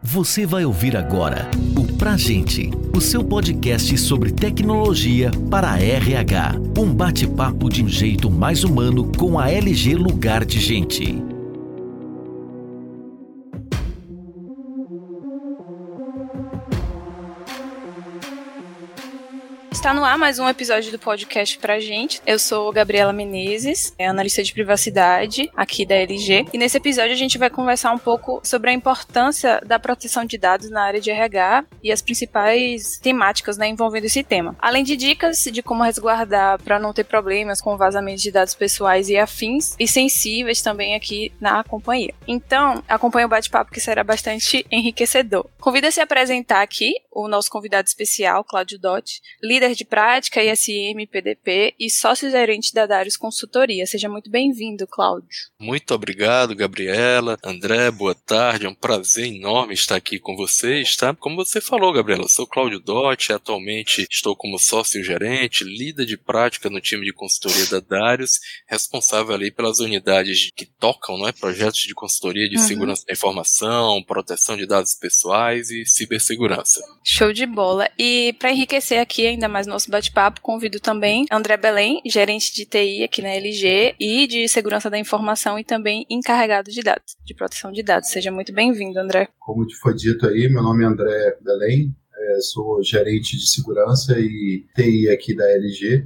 Você vai ouvir agora o Pra Gente, o seu podcast sobre tecnologia para a RH. Um bate-papo de um jeito mais humano com a LG Lugar de Gente. Está no ar mais um episódio do podcast Pra Gente. Eu sou Gabriela Menezes, analista de privacidade aqui da LG. E nesse episódio a gente vai conversar um pouco sobre a importância da proteção de dados na área de RH e as principais temáticas, envolvendo esse tema. Além de dicas de como resguardar para não ter problemas com o vazamento de dados pessoais e afins e sensíveis também aqui na companhia. Então, acompanhe o bate-papo que será bastante enriquecedor. Convido a se apresentar aqui o nosso convidado especial, Cláudio Dotti, líder de prática, ISM, PDP e sócio-gerente da Darius Consultoria. Seja muito bem-vindo, Cláudio. Muito obrigado, Gabriela. André, boa tarde. É um prazer enorme estar aqui com vocês, tá? Como você falou, Gabriela, eu sou Cláudio Dotti, atualmente estou como sócio-gerente, líder de prática no time de consultoria da Darius, responsável ali pelas unidades que tocam, projetos de consultoria de segurança da informação, proteção de dados pessoais e cibersegurança. Show de bola. E para enriquecer aqui ainda mais nosso bate-papo, convido também André Belém, gerente de TI aqui na LG e de segurança da informação e também encarregado de dados, de proteção de dados. Seja muito bem-vindo, André. Como foi dito aí, meu nome é André Belém, sou gerente de segurança e TI aqui da LG.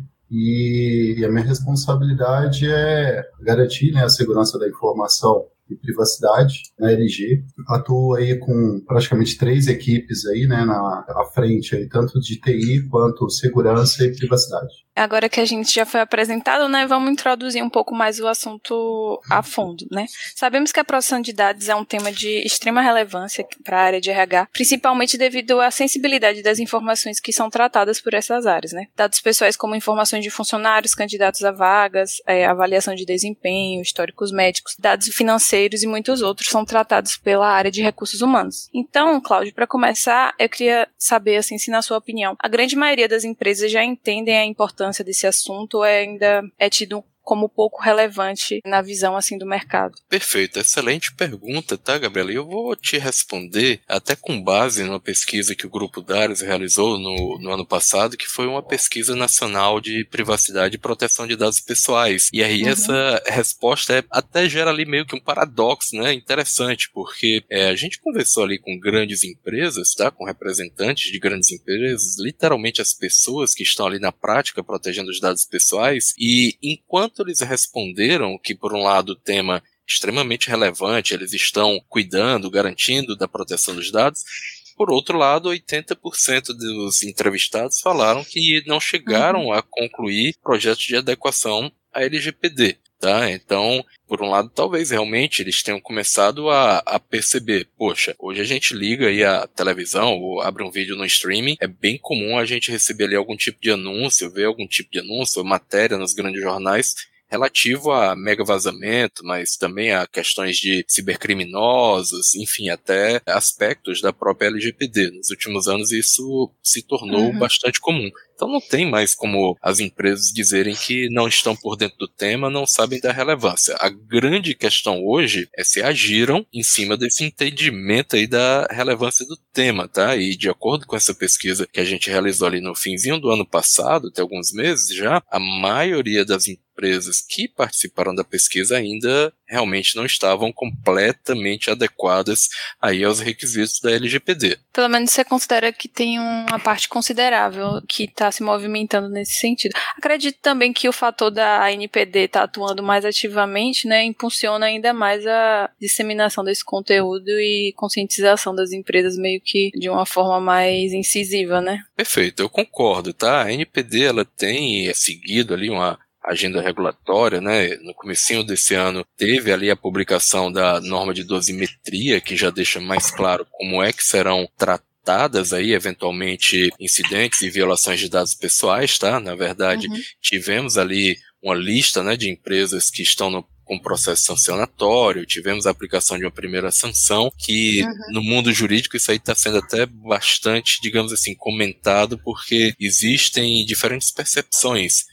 E a minha responsabilidade é garantir a segurança da informação e privacidade na LG. Atuo aí com praticamente 3 equipes aí, à frente aí, tanto de TI quanto segurança e privacidade. Agora que a gente já foi apresentado, vamos introduzir um pouco mais o assunto a fundo, Sabemos que a proteção de dados é um tema de extrema relevância para a área de RH, principalmente devido à sensibilidade das informações que são tratadas por essas áreas, Dados pessoais como informações de funcionários, candidatos a vagas, avaliação de desempenho, históricos médicos, dados financeiros e muitos outros são tratados pela área de recursos humanos. Então, Cláudio, para começar, eu queria saber, se na sua opinião, a grande maioria das empresas já entendem a importância desse assunto ou ainda é tido como pouco relevante na visão do mercado? Perfeito, excelente pergunta, tá, Gabriela? E eu vou te responder até com base numa pesquisa que o Grupo Darius realizou no ano passado, que foi uma pesquisa nacional de privacidade e proteção de dados pessoais. E aí essa resposta até gera ali meio que um paradoxo, interessante, porque a gente conversou ali com grandes empresas, tá, com representantes de grandes empresas, literalmente as pessoas que estão ali na prática protegendo os dados pessoais, e enquanto eles responderam que, por um lado, o tema extremamente relevante, eles estão cuidando, garantindo da proteção dos dados, por outro lado, 80% dos entrevistados falaram que não chegaram a concluir projetos de adequação à LGPD. Tá? Então, por um lado, talvez realmente eles tenham começado a perceber, poxa, hoje a gente liga aí a televisão ou abre um vídeo no streaming, é bem comum a gente receber ali algum tipo de anúncio, ver algum tipo de anúncio ou matéria nos grandes jornais relativo a mega vazamento, mas também a questões de cibercriminosos, enfim, até aspectos da própria LGPD. Nos últimos anos isso se tornou bastante comum. Então não tem mais como as empresas dizerem que não estão por dentro do tema, não sabem da relevância. A grande questão hoje é se agiram em cima desse entendimento aí da relevância do tema, tá? E de acordo com essa pesquisa que a gente realizou ali no finzinho do ano passado, até alguns meses já, a maioria das empresas que participaram da pesquisa ainda realmente não estavam completamente adequadas aí aos requisitos da LGPD. Pelo menos você considera que tem uma parte considerável que está se movimentando nesse sentido. Acredito também que o fator da ANPD estar atuando mais ativamente, impulsiona ainda mais a disseminação desse conteúdo e conscientização das empresas meio que de uma forma mais incisiva, Perfeito, eu concordo, tá? A ANPD, ela tem seguido ali uma agenda regulatória, no comecinho desse ano teve ali a publicação da norma de dosimetria, que já deixa mais claro como é que serão tratadas aí eventualmente incidentes e violações de dados pessoais, tá? Na verdade, tivemos ali uma lista, de empresas que estão com processo sancionatório, tivemos a aplicação de uma primeira sanção, que no mundo jurídico isso aí está sendo até bastante, digamos assim, comentado, porque existem diferentes percepções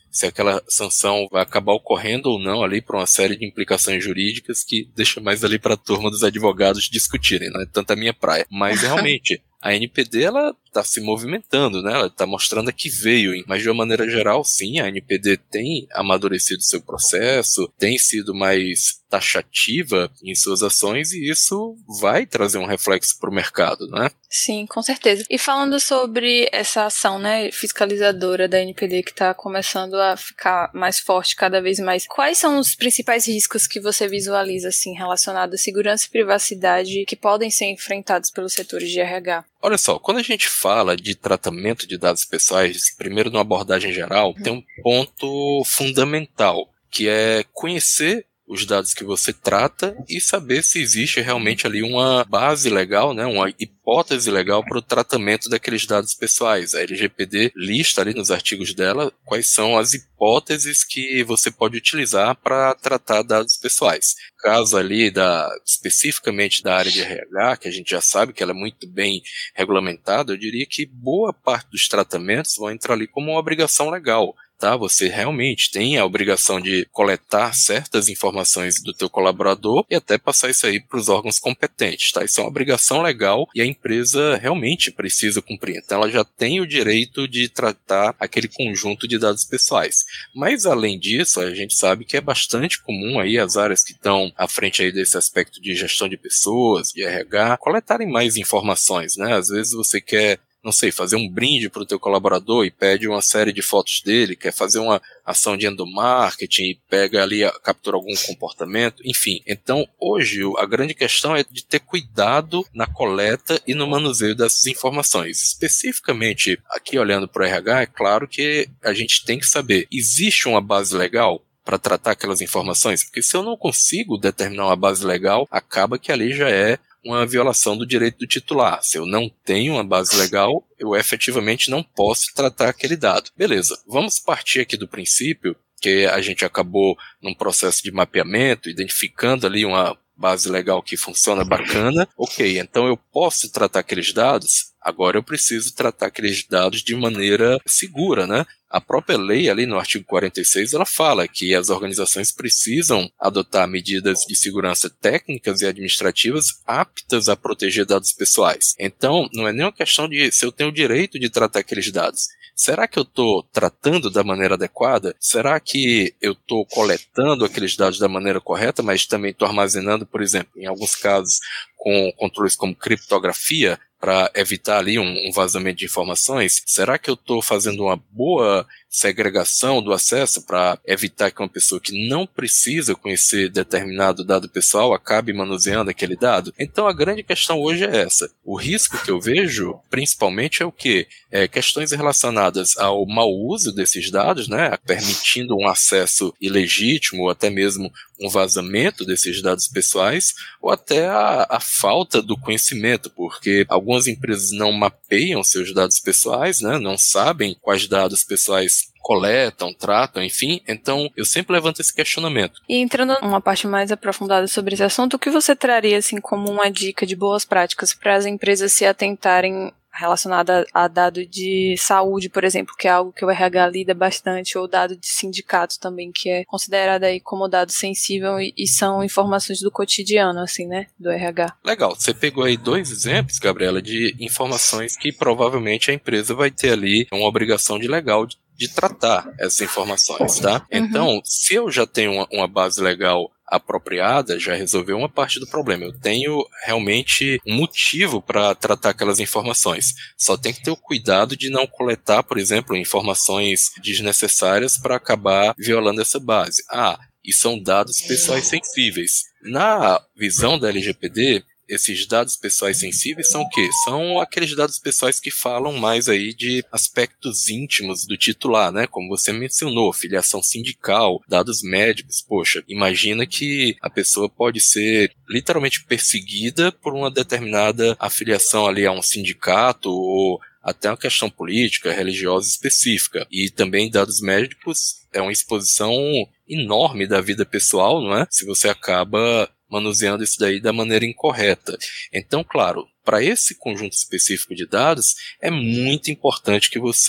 se aquela sanção vai acabar ocorrendo ou não ali por uma série de implicações jurídicas que deixa mais ali para a turma dos advogados discutirem, não é tanto a minha praia. Mas realmente, a NPD ela está se movimentando, né? Ela está mostrando que veio, mas de uma maneira geral, sim, a NPD tem amadurecido seu processo, tem sido mais taxativa em suas ações e isso vai trazer um reflexo para o mercado, né? Sim, com certeza. E falando sobre essa ação, né, fiscalizadora da NPD que está começando a ficar mais forte cada vez mais, quais são os principais riscos que você visualiza assim relacionados à segurança e privacidade que podem ser enfrentados pelos setores de RH? Olha só, quando a gente fala de tratamento de dados pessoais, primeiro numa abordagem geral, tem um ponto fundamental, que é conhecer os dados que você trata e saber se existe realmente ali uma base legal, né, uma hipótese legal para o tratamento daqueles dados pessoais. A LGPD lista ali nos artigos dela quais são as hipóteses que você pode utilizar para tratar dados pessoais. Caso ali especificamente da área de RH, que a gente já sabe que ela é muito bem regulamentada, eu diria que boa parte dos tratamentos vão entrar ali como uma obrigação legal. Tá? Você realmente tem a obrigação de coletar certas informações do teu colaborador e até passar isso aí para os órgãos competentes. Tá? Isso é uma obrigação legal e a empresa realmente precisa cumprir. Então ela já tem o direito de tratar aquele conjunto de dados pessoais. Mas além disso, a gente sabe que é bastante comum aí as áreas que estão à frente aí desse aspecto de gestão de pessoas, de RH, coletarem mais informações, né? Às vezes você quer, não sei, fazer um brinde para o teu colaborador e pede uma série de fotos dele, quer fazer uma ação de endomarketing e pega ali, captura algum comportamento, enfim. Então, hoje, a grande questão é de ter cuidado na coleta e no manuseio dessas informações. Especificamente, aqui olhando para o RH, é claro que a gente tem que saber, existe uma base legal para tratar aquelas informações? Porque se eu não consigo determinar uma base legal, acaba que ali já é uma violação do direito do titular. Se eu não tenho uma base legal, eu efetivamente não posso tratar aquele dado. Beleza, vamos partir aqui do princípio que a gente acabou num processo de mapeamento, identificando ali uma base legal que funciona bacana. Ok, então eu posso tratar aqueles dados? Agora eu preciso tratar aqueles dados de maneira segura, né? A própria lei ali no artigo 46, ela fala que as organizações precisam adotar medidas de segurança técnicas e administrativas aptas a proteger dados pessoais. Então, não é nem uma questão de se eu tenho o direito de tratar aqueles dados. Será que eu estou tratando da maneira adequada? Será que eu estou coletando aqueles dados da maneira correta, mas também estou armazenando, por exemplo, em alguns casos, com controles como criptografia, para evitar ali um vazamento de informações? Será que eu estou fazendo uma boa segregação do acesso para evitar que uma pessoa que não precisa conhecer determinado dado pessoal acabe manuseando aquele dado? Então a grande questão hoje é essa. O risco que eu vejo, principalmente, é o quê? Questões relacionadas ao mau uso desses dados, né? Permitindo um acesso ilegítimo ou até mesmo um vazamento desses dados pessoais, ou até a falta do conhecimento, porque algumas empresas não mapeiam seus dados pessoais, né? Não sabem quais dados pessoais coletam, tratam, enfim. Então, eu sempre levanto esse questionamento. E entrando numa parte mais aprofundada sobre esse assunto, o que você traria assim como uma dica de boas práticas para as empresas se atentarem relacionada a dado de saúde, por exemplo, que é algo que o RH lida bastante, ou dado de sindicato também, que é considerado aí como dado sensível e são informações do cotidiano, assim, né, do RH. Legal, você pegou aí 2 exemplos, Gabriela, de informações que provavelmente a empresa vai ter ali uma obrigação de legal de tratar essas informações, tá? Então, se eu já tenho uma base legal apropriada, já resolveu uma parte do problema. Eu tenho realmente um motivo para tratar aquelas informações. Só tem que ter o cuidado de não coletar, por exemplo, informações desnecessárias para acabar violando essa base. E são dados pessoais sensíveis. Na visão da LGPD, esses dados pessoais sensíveis são o quê? São aqueles dados pessoais que falam mais aí de aspectos íntimos do titular, né? Como você mencionou, filiação sindical, dados médicos. Poxa, imagina que a pessoa pode ser literalmente perseguida por uma determinada afiliação ali a um sindicato ou até uma questão política, religiosa específica. E também dados médicos é uma exposição enorme da vida pessoal, não é? Se você acaba manuseando isso daí da maneira incorreta. Então, claro, para esse conjunto específico de dados, é muito importante que você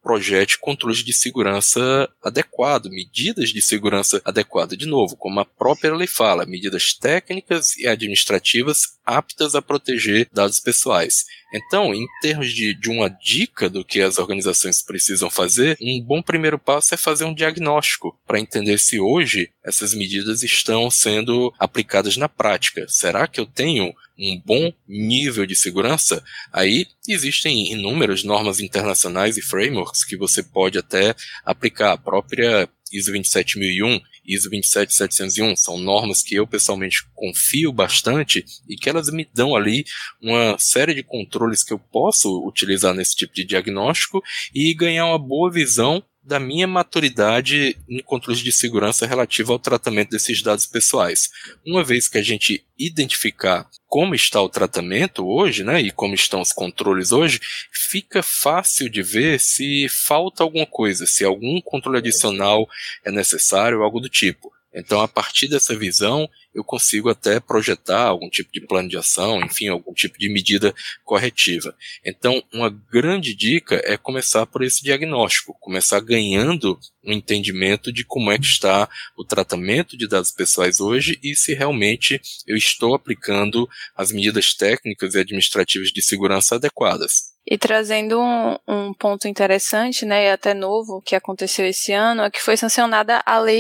projete controles de segurança adequado, medidas de segurança adequada. De novo, como a própria lei fala, medidas técnicas e administrativas aptas a proteger dados pessoais. Então, em termos de uma dica do que as organizações precisam fazer, um bom primeiro passo é fazer um diagnóstico para entender se hoje essas medidas estão sendo aplicadas na prática. Será que eu tenho um bom nível de segurança? Aí existem inúmeras normas internacionais e frameworks que você pode até aplicar. A própria ISO 27001, ISO 27701, são normas que eu pessoalmente confio bastante e que elas me dão ali uma série de controles que eu posso utilizar nesse tipo de diagnóstico e ganhar uma boa visão da minha maturidade em controles de segurança relativa ao tratamento desses dados pessoais. Uma vez que a gente identificar como está o tratamento hoje, né, e como estão os controles hoje, fica fácil de ver se falta alguma coisa, se algum controle adicional é necessário, algo do tipo. Então, a partir dessa visão, eu consigo até projetar algum tipo de plano de ação, enfim, algum tipo de medida corretiva. Então, uma grande dica é começar por esse diagnóstico, começar ganhando um entendimento de como é que está o tratamento de dados pessoais hoje e se realmente eu estou aplicando as medidas técnicas e administrativas de segurança adequadas. E trazendo um ponto interessante, né, e até novo, que aconteceu esse ano, é que foi sancionada a Lei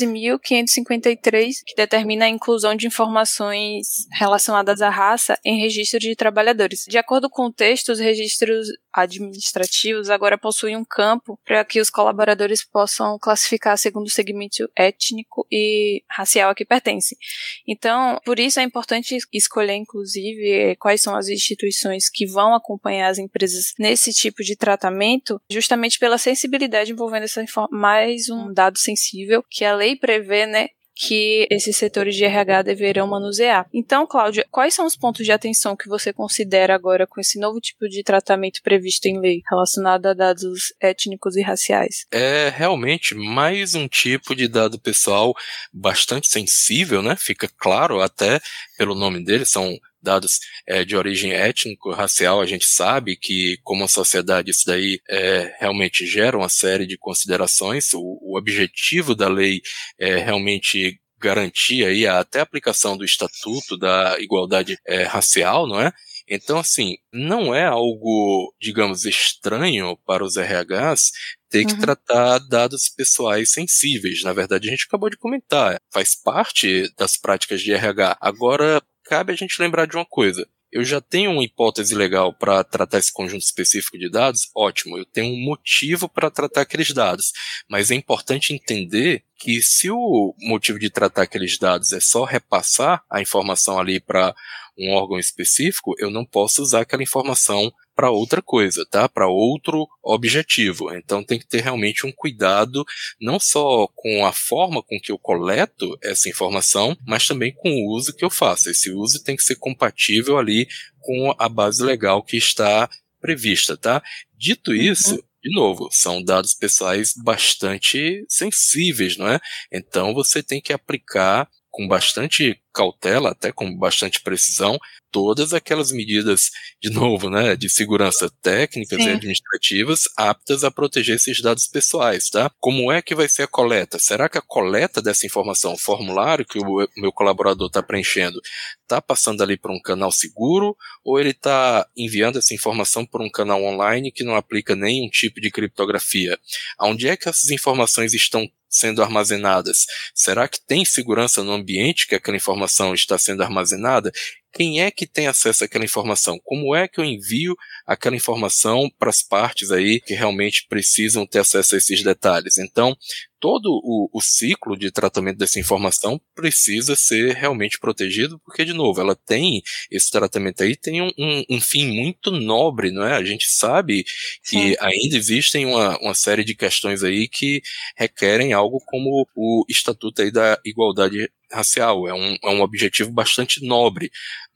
14.553, que determina a inclusão de informações relacionadas à raça em registro de trabalhadores. De acordo com o texto, os registros administrativos agora possuem um campo para que os colaboradores possam classificar segundo o segmento étnico e racial a que pertencem. Então, por isso é importante escolher, inclusive, quais são as instituições que vão acompanhar as empresas nesse tipo de tratamento, justamente pela sensibilidade envolvendo mais um dado sensível que a lei prevê, né, que esses setores de RH deverão manusear. Então, Cláudia, quais são os pontos de atenção que você considera agora com esse novo tipo de tratamento previsto em lei relacionado a dados étnicos e raciais? É realmente mais um tipo de dado pessoal bastante sensível, né? Fica claro até pelo nome dele, são dados de origem étnico-racial. A gente sabe que, como a sociedade, isso daí realmente gera uma série de considerações. O objetivo da lei é realmente garantir aí até a aplicação do Estatuto da Igualdade Racial, não é? Então, assim, não é algo, digamos, estranho para os RHs ter que tratar dados pessoais sensíveis. Na verdade, a gente acabou de comentar, faz parte das práticas de RH. Agora, cabe a gente lembrar de uma coisa. Eu já tenho uma hipótese legal para tratar esse conjunto específico de dados? Ótimo, eu tenho um motivo para tratar aqueles dados. Mas é importante entender que se o motivo de tratar aqueles dados é só repassar a informação ali para um órgão específico, eu não posso usar aquela informação para outra coisa, tá? Para outro objetivo. Então tem que ter realmente um cuidado, não só com a forma com que eu coleto essa informação, mas também com o uso que eu faço. Esse uso tem que ser compatível ali com a base legal que está prevista, tá? Dito isso, de novo, são dados pessoais bastante sensíveis, não é? Então você tem que aplicar com bastante cautela, até com bastante precisão, todas aquelas medidas, de novo, né, de segurança técnicas e administrativas aptas a proteger esses dados pessoais, tá? Como é que vai ser a coleta? Será que a coleta dessa informação, o formulário que o meu colaborador está preenchendo, está passando ali por um canal seguro ou ele está enviando essa informação por um canal online que não aplica nenhum tipo de criptografia? Onde é que essas informações estão sendo armazenadas? Será que tem segurança no ambiente que aquela informação está sendo armazenada? Quem é que tem acesso àquela informação? Como é que eu envio aquela informação para as partes aí que realmente precisam ter acesso a esses detalhes? Então, todo o ciclo de tratamento dessa informação precisa ser realmente protegido, porque, de novo, ela tem, esse tratamento aí tem um fim muito nobre, não é? A gente sabe que ainda existem uma série de questões aí que requerem algo como o Estatuto aí da Igualdade Racial. É um objetivo bastante nobre,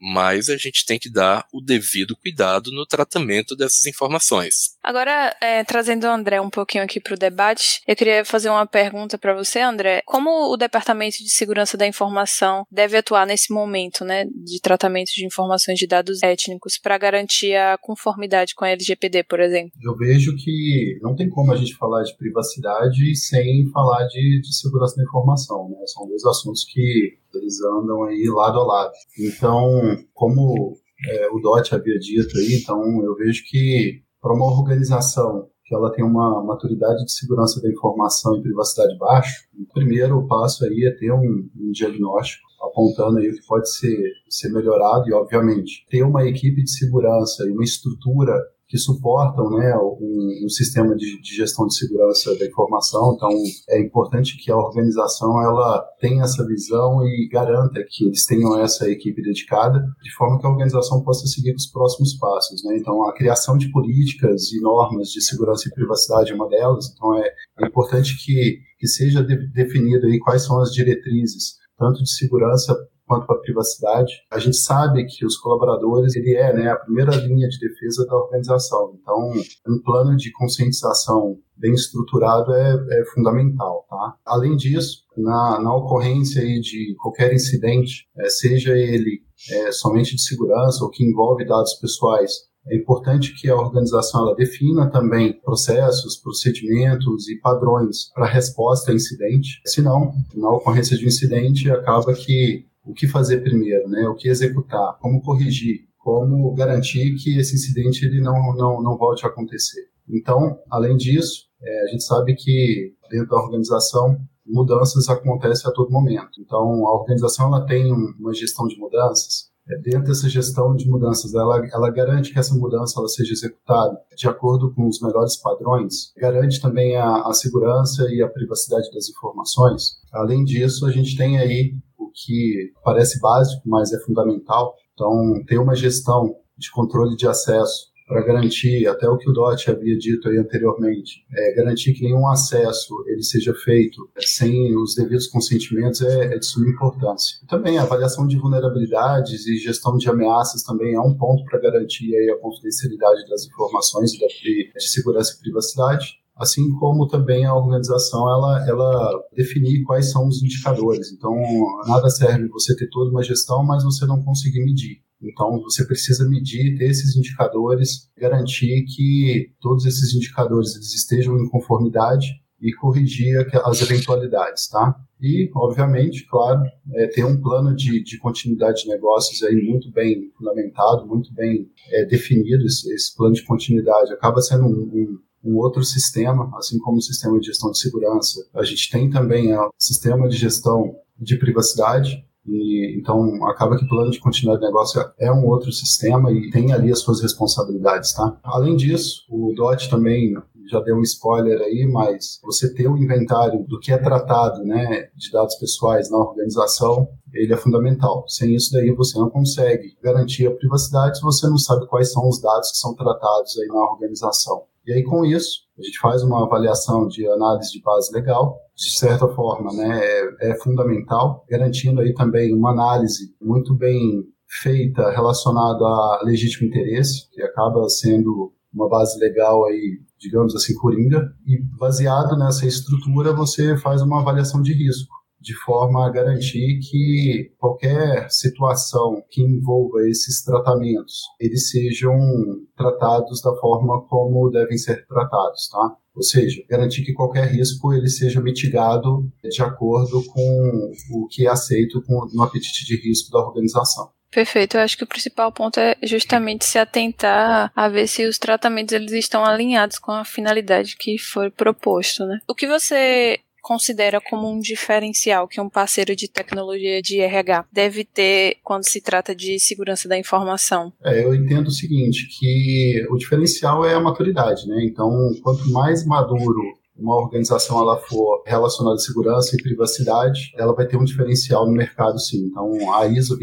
mas a gente tem que dar o devido cuidado no tratamento dessas informações. Agora, trazendo o André um pouquinho aqui para o debate, eu queria fazer uma pergunta para você, André. Como o Departamento de Segurança da Informação deve atuar nesse momento, né, de tratamento de informações de dados étnicos para garantir a conformidade com a LGPD, por exemplo? Eu vejo que não tem como a gente falar de privacidade sem falar de segurança da informação, né? São dois assuntos que eles andam aí lado a lado. Então, como o Dott havia dito aí, então eu vejo que para uma organização que ela tem uma maturidade de segurança da informação e privacidade baixo, o primeiro passo aí é ter um diagnóstico apontando aí o que pode ser melhorado e, obviamente, ter uma equipe de segurança e uma estrutura que suportam, né, um sistema de gestão de segurança da informação. Então, é importante que a organização ela tenha essa visão e garanta que eles tenham essa equipe dedicada, de forma que a organização possa seguir os próximos passos, né? Então, a criação de políticas e normas de segurança e privacidade é uma delas. Então, é importante que seja definido aí quais são as diretrizes, tanto de segurança quanto para a privacidade. A gente sabe que os colaboradores, ele né, a primeira linha de defesa da organização. Então, um plano de conscientização bem estruturado é fundamental, tá? Além disso, na ocorrência aí de qualquer incidente, seja ele somente de segurança ou que envolve dados pessoais, é importante que a organização ela defina também processos, procedimentos e padrões para resposta a incidente. Senão, na ocorrência de um incidente, acaba que o que fazer primeiro, né? O que executar, como corrigir, como garantir que esse incidente ele não volte a acontecer. Então, além disso, a gente sabe que dentro da organização mudanças acontecem a todo momento. Então, a organização ela tem uma gestão de mudanças. Dentro dessa gestão de mudanças, ela garante que essa mudança ela seja executada de acordo com os melhores padrões, garante também a segurança e a privacidade das informações. Além disso, a gente tem aí o que parece básico, mas é fundamental. Então, ter uma gestão de controle de acesso para garantir, até o que o Dott havia dito aí anteriormente, garantir que nenhum acesso ele seja feito sem os devidos consentimentos é de suma importância. E também a avaliação de vulnerabilidades e gestão de ameaças também é um ponto para garantir aí a confidencialidade das informações de segurança e privacidade, assim como também a organização ela definir quais são os indicadores. Então, nada serve você ter toda uma gestão, mas você não conseguir medir. Então, você precisa medir, ter esses indicadores, garantir que todos esses indicadores eles estejam em conformidade e corrigir as eventualidades, tá? E, obviamente, claro, ter um plano de continuidade de negócios aí muito bem fundamentado, muito bem definido. Esse plano de continuidade acaba sendo um outro sistema, assim como o sistema de gestão de segurança. A gente tem também o sistema de gestão de privacidade, e então acaba que o plano de continuidade de negócio é um outro sistema e tem ali as suas responsabilidades, tá? Além disso, o Dott também já deu um spoiler aí, mas você ter um inventário do que é tratado, né, de dados pessoais na organização, ele é fundamental. Sem isso daí você não consegue garantir a privacidade se você não sabe quais são os dados que são tratados aí na organização. E aí, com isso, a gente faz uma avaliação de análise de base legal, de certa forma, né, é fundamental, garantindo aí também uma análise muito bem feita relacionada a legítimo interesse, que acaba sendo uma base legal aí, digamos assim, coringa, e baseado nessa estrutura você faz uma avaliação de risco, de forma a garantir que qualquer situação que envolva esses tratamentos, eles sejam tratados da forma como devem ser tratados, tá? Ou seja, garantir que qualquer risco ele seja mitigado de acordo com o que é aceito no apetite de risco da organização. Perfeito, eu acho que o principal ponto é justamente se atentar a ver se os tratamentos eles estão alinhados com a finalidade que foi proposto, né? O que você considera como um diferencial que um parceiro de tecnologia de RH deve ter quando se trata de segurança da informação? Eu entendo o seguinte, que o diferencial é a maturidade, né? Então, quanto mais maduro uma organização ela for relacionada à segurança e privacidade, ela vai ter um diferencial no mercado, sim. Então, a ISO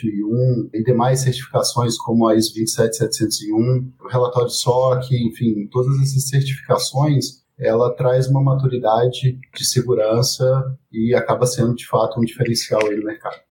27001 e demais certificações como a ISO 27701, o relatório SOC, enfim, todas essas certificações, ela traz uma maturidade de segurança e acaba sendo, de fato, um diferencial aí no mercado.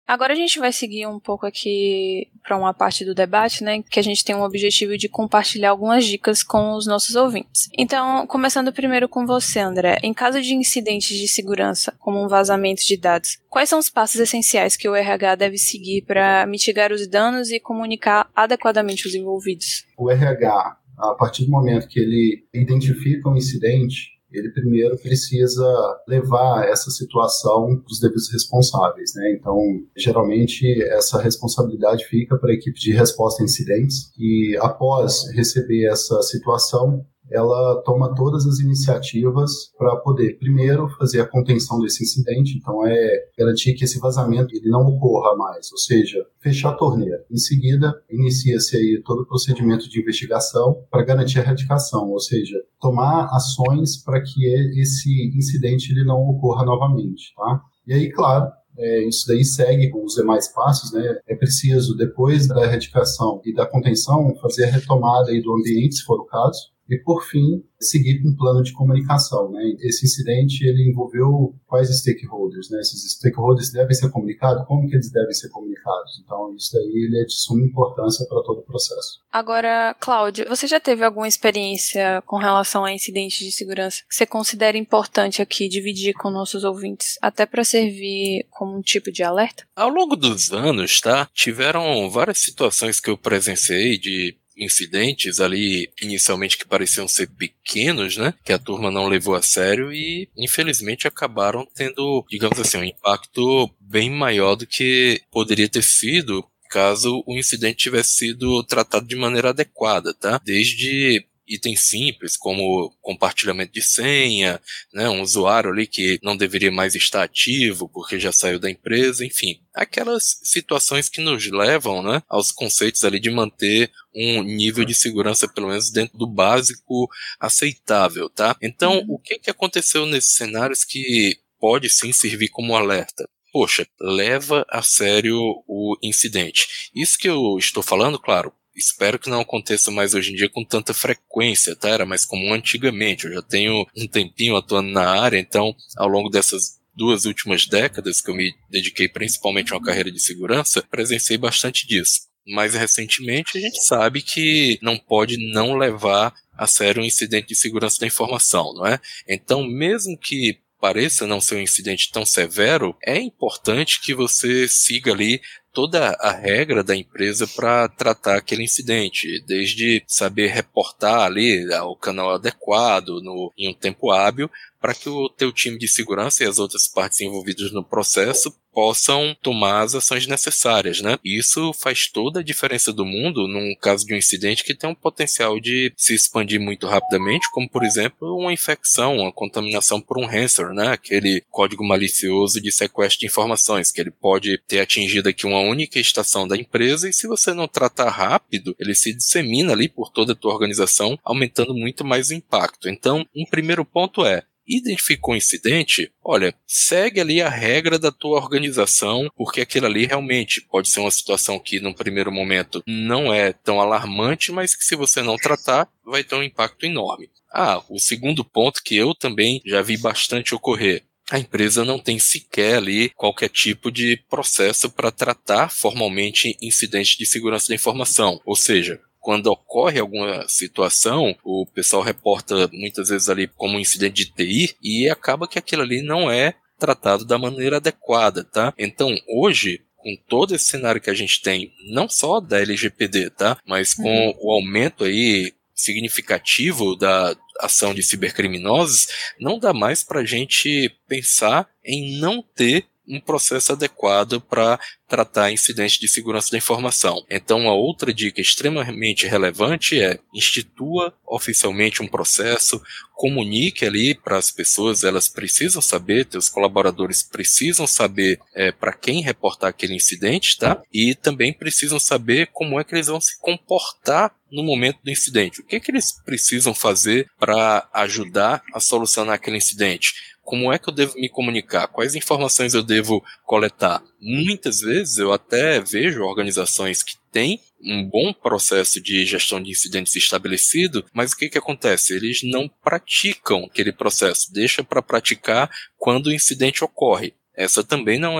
Agora a gente vai seguir um pouco aqui para uma parte do debate, né, que a gente tem um objetivo de compartilhar algumas dicas com os nossos ouvintes. Então, começando primeiro com você, André. Em caso de incidentes de segurança, como um vazamento de dados, quais são os passos essenciais que o RH deve seguir para mitigar os danos e comunicar adequadamente os envolvidos? O RH, a partir do momento que ele identifica um incidente, ele primeiro precisa levar essa situação para os devidos responsáveis, né? Então, geralmente, essa responsabilidade fica para a equipe de resposta a incidentes e, após receber essa situação, ela toma todas as iniciativas para poder, primeiro, fazer a contenção desse incidente, então garantir que esse vazamento ele não ocorra mais, ou seja, fechar a torneira. Em seguida, inicia-se aí todo o procedimento de investigação para garantir a erradicação, ou seja, tomar ações para que esse incidente ele não ocorra novamente, tá? E aí, claro, isso daí segue com os demais passos, né? É preciso, depois da erradicação e da contenção, fazer a retomada aí do ambiente, se for o caso, e, por fim, seguir com um plano de comunicação, né? Esse incidente, ele envolveu quais stakeholders, né? Esses stakeholders devem ser comunicados, como que eles devem ser comunicados? Então, isso daí ele é de suma importância para todo o processo. Agora, Cláudio, você já teve alguma experiência com relação a incidentes de segurança que você considera importante aqui dividir com nossos ouvintes, até para servir como um tipo de alerta? Ao longo dos anos, tá? Tiveram várias situações que eu presenciei de incidentes ali, inicialmente que pareciam ser pequenos, né, que a turma não levou a sério e, infelizmente, acabaram tendo, digamos assim, um impacto bem maior do que poderia ter sido caso o incidente tivesse sido tratado de maneira adequada, tá? Desde itens simples, como compartilhamento de senha, né, um usuário ali que não deveria mais estar ativo porque já saiu da empresa, enfim, aquelas situações que nos levam, né, aos conceitos ali de manter um nível de segurança pelo menos dentro do básico aceitável, tá? Então, o que aconteceu nesses cenários que pode sim servir como alerta? Poxa, leva a sério o incidente. Isso que eu estou falando, claro, espero que não aconteça mais hoje em dia com tanta frequência, tá? Era mais comum antigamente. Eu já tenho um tempinho atuando na área, então, ao longo dessas 2 últimas décadas que eu me dediquei principalmente a uma carreira de segurança, presenciei bastante disso. Mais recentemente, a gente sabe que não pode não levar a sério um incidente de segurança da informação, não é? Então, mesmo que pareça não ser um incidente tão severo, é importante que você siga ali toda a regra da empresa para tratar aquele incidente, desde saber reportar ali ao canal adequado, em um tempo hábil, para que o teu time de segurança e as outras partes envolvidas no processo possam tomar as ações necessárias, né? Isso faz toda a diferença do mundo num caso de um incidente que tem um potencial de se expandir muito rapidamente, como, por exemplo, uma infecção, uma contaminação por um ransomware, né? Aquele código malicioso de sequestro de informações, que ele pode ter atingido aqui uma única estação da empresa e se você não tratar rápido, ele se dissemina ali por toda a tua organização, aumentando muito mais o impacto. Então, um primeiro ponto é: identificou um incidente, olha, segue ali a regra da tua organização, porque aquilo ali realmente pode ser uma situação que num primeiro momento não é tão alarmante, mas que se você não tratar, vai ter um impacto enorme. O segundo ponto que eu também já vi bastante ocorrer: a empresa não tem sequer ali qualquer tipo de processo para tratar formalmente incidentes de segurança da informação, ou seja, quando ocorre alguma situação, o pessoal reporta muitas vezes ali como um incidente de TI e acaba que aquilo ali não é tratado da maneira adequada, tá? Então, hoje, com todo esse cenário que a gente tem, não só da LGPD, tá? Mas com o aumento aí significativo da ação de cibercriminosos, não dá mais para a gente pensar em não ter um processo adequado para tratar incidentes de segurança da informação. Então, a outra dica extremamente relevante é: institua oficialmente um processo, comunique ali para as pessoas, elas precisam saber, teus colaboradores precisam saber para quem reportar aquele incidente, tá? E também precisam saber como é que eles vão se comportar no momento do incidente. O que eles precisam fazer para ajudar a solucionar aquele incidente? Como é que eu devo me comunicar? Quais informações eu devo coletar? Muitas vezes eu até vejo organizações que têm um bom processo de gestão de incidentes estabelecido, mas o que acontece? Eles não praticam aquele processo, deixa para praticar quando o incidente ocorre. Essa também não é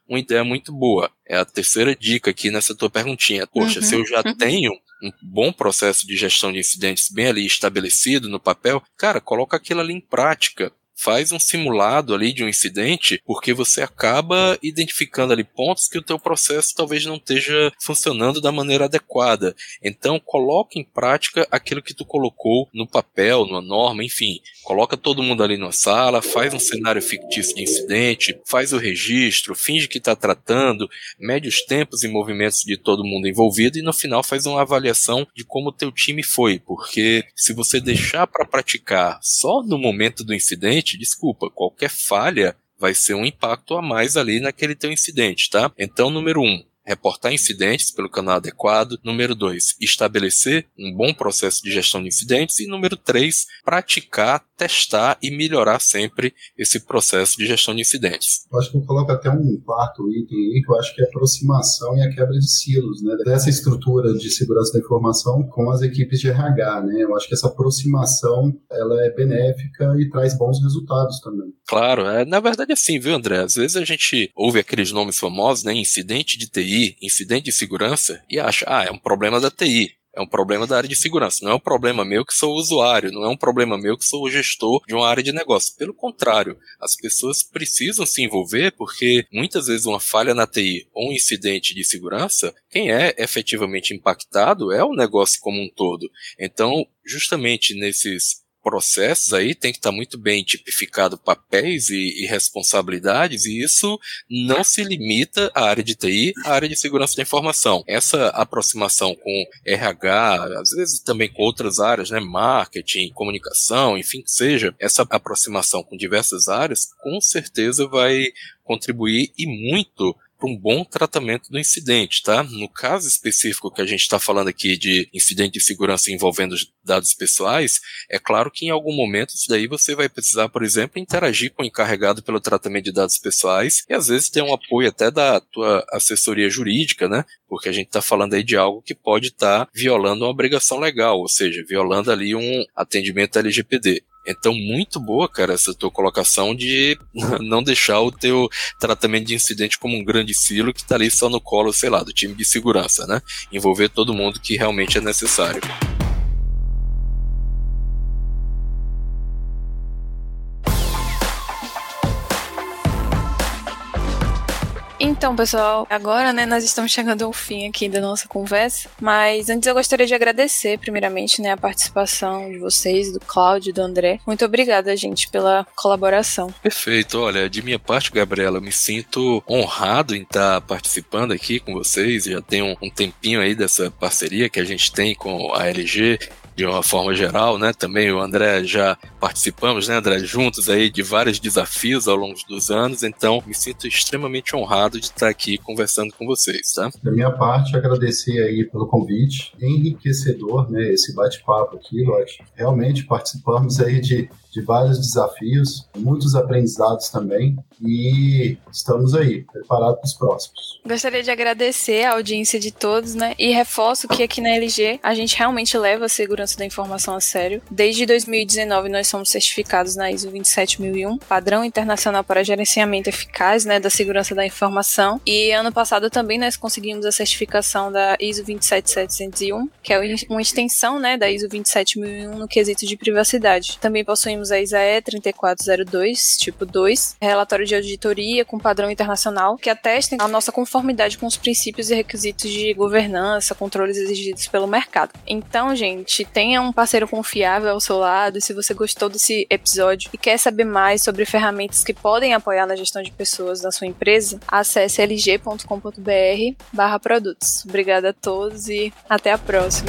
uma ideia muito boa. É a terceira dica aqui nessa tua perguntinha. Poxa, se eu já tenho um bom processo de gestão de incidentes bem ali estabelecido no papel, cara, coloca aquilo ali em prática. Faz um simulado ali de um incidente, porque você acaba identificando ali pontos que o teu processo talvez não esteja funcionando da maneira adequada. Então, coloca em prática aquilo que tu colocou no papel, numa norma, enfim. Coloca todo mundo ali numa sala, faz um cenário fictício de incidente, faz o registro, finge que está tratando, mede os tempos e movimentos de todo mundo envolvido e no final faz uma avaliação de como o teu time foi. Porque se você deixar para praticar só no momento do incidente, desculpa, qualquer falha vai ser um impacto a mais ali naquele teu incidente, tá? Então, número 1, reportar incidentes pelo canal adequado. Número 2, estabelecer um bom processo de gestão de incidentes. E número 3, praticar, testar e melhorar sempre esse processo de gestão de incidentes. Eu acho que eu coloco até um quarto item aí, que eu acho que é a aproximação e a quebra de silos, né? Dessa estrutura de segurança da informação com as equipes de RH, né? Eu acho que essa aproximação, ela é benéfica e traz bons resultados também. Claro, na verdade é assim, viu, André? Às vezes a gente ouve aqueles nomes famosos, né? Incidente de TI, incidente de segurança, e acha, é um problema da TI. É um problema da área de segurança. Não é um problema meu que sou usuário. Não é um problema meu que sou o gestor de uma área de negócio. Pelo contrário, as pessoas precisam se envolver porque muitas vezes uma falha na TI ou um incidente de segurança, quem é efetivamente impactado é o negócio como um todo. Então, justamente nesses processos aí tem que estar muito bem tipificado papéis e responsabilidades, e isso não se limita à área de TI, à área de segurança da informação. Essa aproximação com RH, às vezes também com outras áreas, né, marketing, comunicação, enfim, que seja, essa aproximação com diversas áreas, com certeza vai contribuir e muito para um bom tratamento do incidente, tá? No caso específico que a gente está falando aqui de incidente de segurança envolvendo dados pessoais, é claro que em algum momento isso daí você vai precisar, por exemplo, interagir com o encarregado pelo tratamento de dados pessoais e às vezes ter um apoio até da tua assessoria jurídica, né? Porque a gente está falando aí de algo que pode estar violando uma obrigação legal, ou seja, violando ali um atendimento LGPD. Então, muito boa, cara, essa tua colocação de não deixar o teu tratamento de incidente como um grande silo que está ali só no colo, sei lá, do time de segurança, né? Envolver todo mundo que realmente é necessário. Então, pessoal, agora, nós estamos chegando ao fim aqui da nossa conversa, mas antes eu gostaria de agradecer, primeiramente, a participação de vocês, do Cláudio e do André. Muito obrigada, gente, pela colaboração. Perfeito. Olha, de minha parte, Gabriela, eu me sinto honrado em estar participando aqui com vocês. Já tem um tempinho aí dessa parceria que a gente tem com a LG, de uma forma geral, né? Também o André já participamos, né, André, juntos aí de vários desafios ao longo dos anos, então me sinto extremamente honrado de estar aqui conversando com vocês, tá? Da minha parte, agradecer aí pelo convite, enriquecedor, né, esse bate-papo aqui, Lorde. Realmente participamos aí de vários desafios, muitos aprendizados também, e estamos aí, preparados para os próximos. Gostaria de agradecer a audiência de todos, e reforço que aqui na LG a gente realmente leva a segurança da informação a sério. Desde 2019 nós somos certificados na ISO 27001, Padrão Internacional para Gerenciamento Eficaz, da Segurança da Informação, e ano passado também nós conseguimos a certificação da ISO 27701, que é uma extensão, da ISO 27001 no quesito de privacidade. Também possuímos a ISAE 3402, tipo 2, relatório de auditoria com padrão internacional, que atestem a nossa conformidade com os princípios e requisitos de governança, controles exigidos pelo mercado. Então, gente, tenha um parceiro confiável ao seu lado. Se você gostou desse episódio e quer saber mais sobre ferramentas que podem apoiar na gestão de pessoas da sua empresa, acesse lg.com.br/produtos. Obrigada a todos e até a próxima.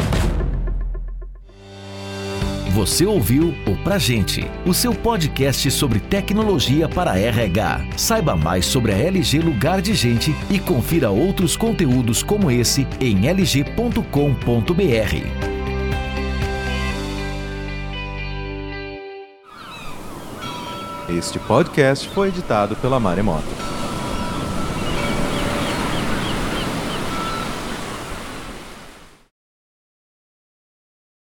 Você ouviu o Pra Gente, o seu podcast sobre tecnologia para RH. Saiba mais sobre a LG Lugar de Gente e confira outros conteúdos como esse em lg.com.br. Este podcast foi editado pela Maremoto.